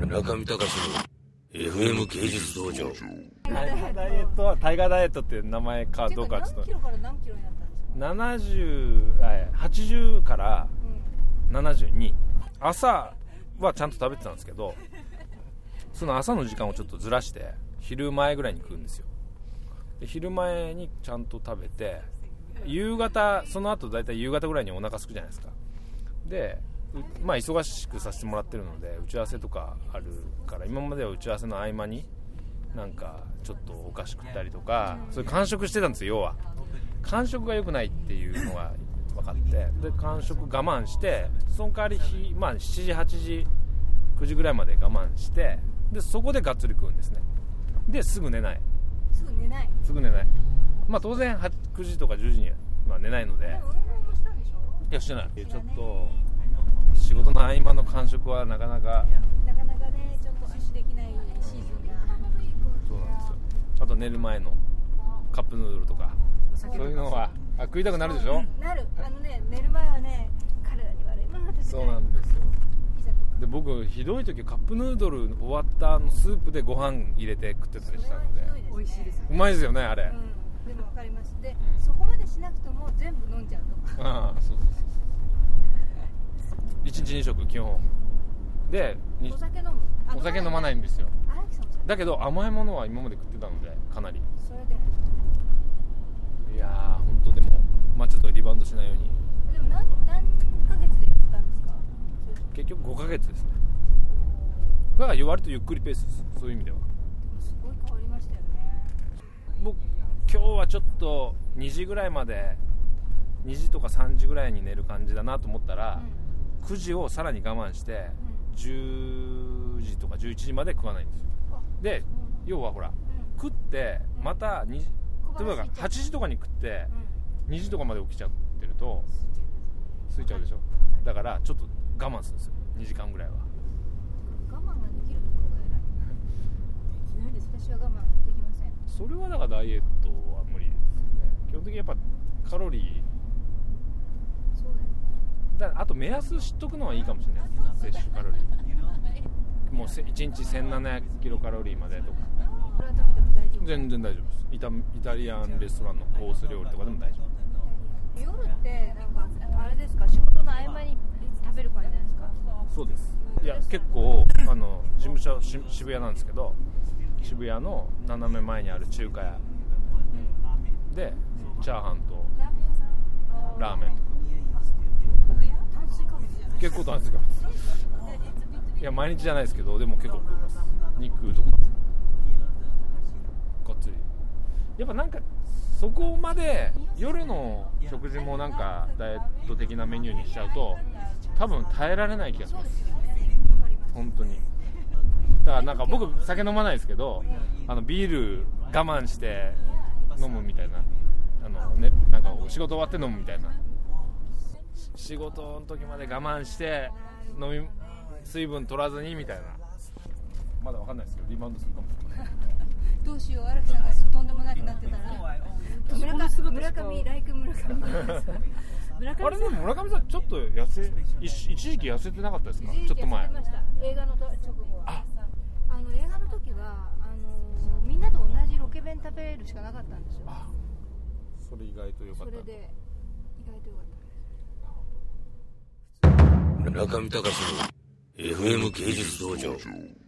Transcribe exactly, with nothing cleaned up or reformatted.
村上隆の エフエム 芸術道場。 タイガーダイエットはタイガーダイエットっていう名前かどうかちょっと何キロから何キロになったんですか？ ななじゅう、はちじゅうからななじゅうに、朝はちゃんと食べてたんですけど、その朝の時間をちょっとずらして昼前ぐらいに食うんですよ。で昼前にちゃんと食べて、夕方、その後だいたい夕方ぐらいにお腹すくじゃないですか。でまあ忙しくさせてもらってるので打ち合わせとかあるから、今までは打ち合わせの合間になんかちょっとお菓子食ったりとか、そういう間食してたんですよ。要は間食が良くないっていうのが分かって、で間食我慢して、その代わり日、まあ、しちじはちじくじぐらいまで我慢して、でそこでがっつり食うんですね。ですぐ寝ないすぐ寝ないすぐ寝ない。まあ当然くじとかじゅうじには、まあ、寝ないので。 運動もしたんでしょ？ いやしてない。ちょっと仕事の合間の間食はなかなかなかなかね、ちょっと阻止できないシーズンが、 そうなんですよ。あと寝る前のカップヌードルとかそういうのはあ食いたくなるでしょ？ なる。あのね、寝る前はね、体に悪いものが食べたい。 そうなんですよ。 ピザとかで僕ひどい時カップヌードル終わったあのスープでご飯入れて食ってたりしたので、 美味しいですよね。 うまいですよねあれ、 うん、でも分かります。で、そこまでしなくとも全部飲んじゃうとか。 ああそうそうそう。いちにちに食基本で、 お酒飲む？ お酒飲まないんですよ。 荒木さんお酒だけど甘いものは今まで食ってたのでかなり。 それでいやー本当でもまあちょっとリバウンドしないように。 でも何何ヶ月でやったんですか？ 結局ごかげつですね。だから割とゆっくりペースです。そういう意味ではすごい変わりましたよね。 僕今日はちょっとにじぐらいまで、にじとかさんじぐらいに寝る感じだなと思ったら、うん、くじをさらに我慢して、うん、じゅうじとかじゅういちじまで食わないんですよ。で要はほら、うん、食ってまたにじ、例えばはちじとかに食って、うん、にじとかまで起きちゃってると空いちゃうでしょ。だからちょっと我慢するんですよ、にじかんぐらいは。 我慢ができるところが偉い。できないです。私は我慢できません。 それはだからダイエットは無理ですよね。基本的にやっぱカロリー、 そうだよ。 だあと目安知っとくのはいいかもしれないですね。摂取カロリーもういちにちせんななひゃくキロカロリーまでとか。 これは食べても大丈夫？ 全然大丈夫です。イタ、イタリアンレストランのコース料理とかでも大丈夫。 夜ってなんかあれですか、仕事の合間に食べる感じなんですか？ そうです。いや結構あの事務所し渋谷なんですけど、渋谷の斜め前にある中華屋で、うん、チャーハンとラーメンとか。 炭水化物じゃない？ 結構炭水化物。いや毎日じゃないですけど、でも結構食います。肉とかがっつり。やっぱなんかそこまで夜の食事もなんかダイエット的なメニューにしちゃうと多分耐えられない気がします。本当に。だからなんか僕酒飲まないですけど、あのビール我慢して飲むみたいな、あの、ね、なんか仕事終わって飲むみたいな。仕事の時まで我慢して飲み水分取らずにみたいな。まだわかんないですけどリバウンドするかもしれない。 どうしよう、荒木さんがとんでもなくなってたら村上、村上、ライク村上村上あれでも村上さんちょっと痩せ一時期痩せてなかったですか？ちょっと前。 痩せてました。映画の直後は。ああの映画の時はあのみんなと同じロケ弁食べるしかなかったんですよ。 あそれ意外と良かった。 それで意外と良かったです。 村上隆の エフエム 芸術道場。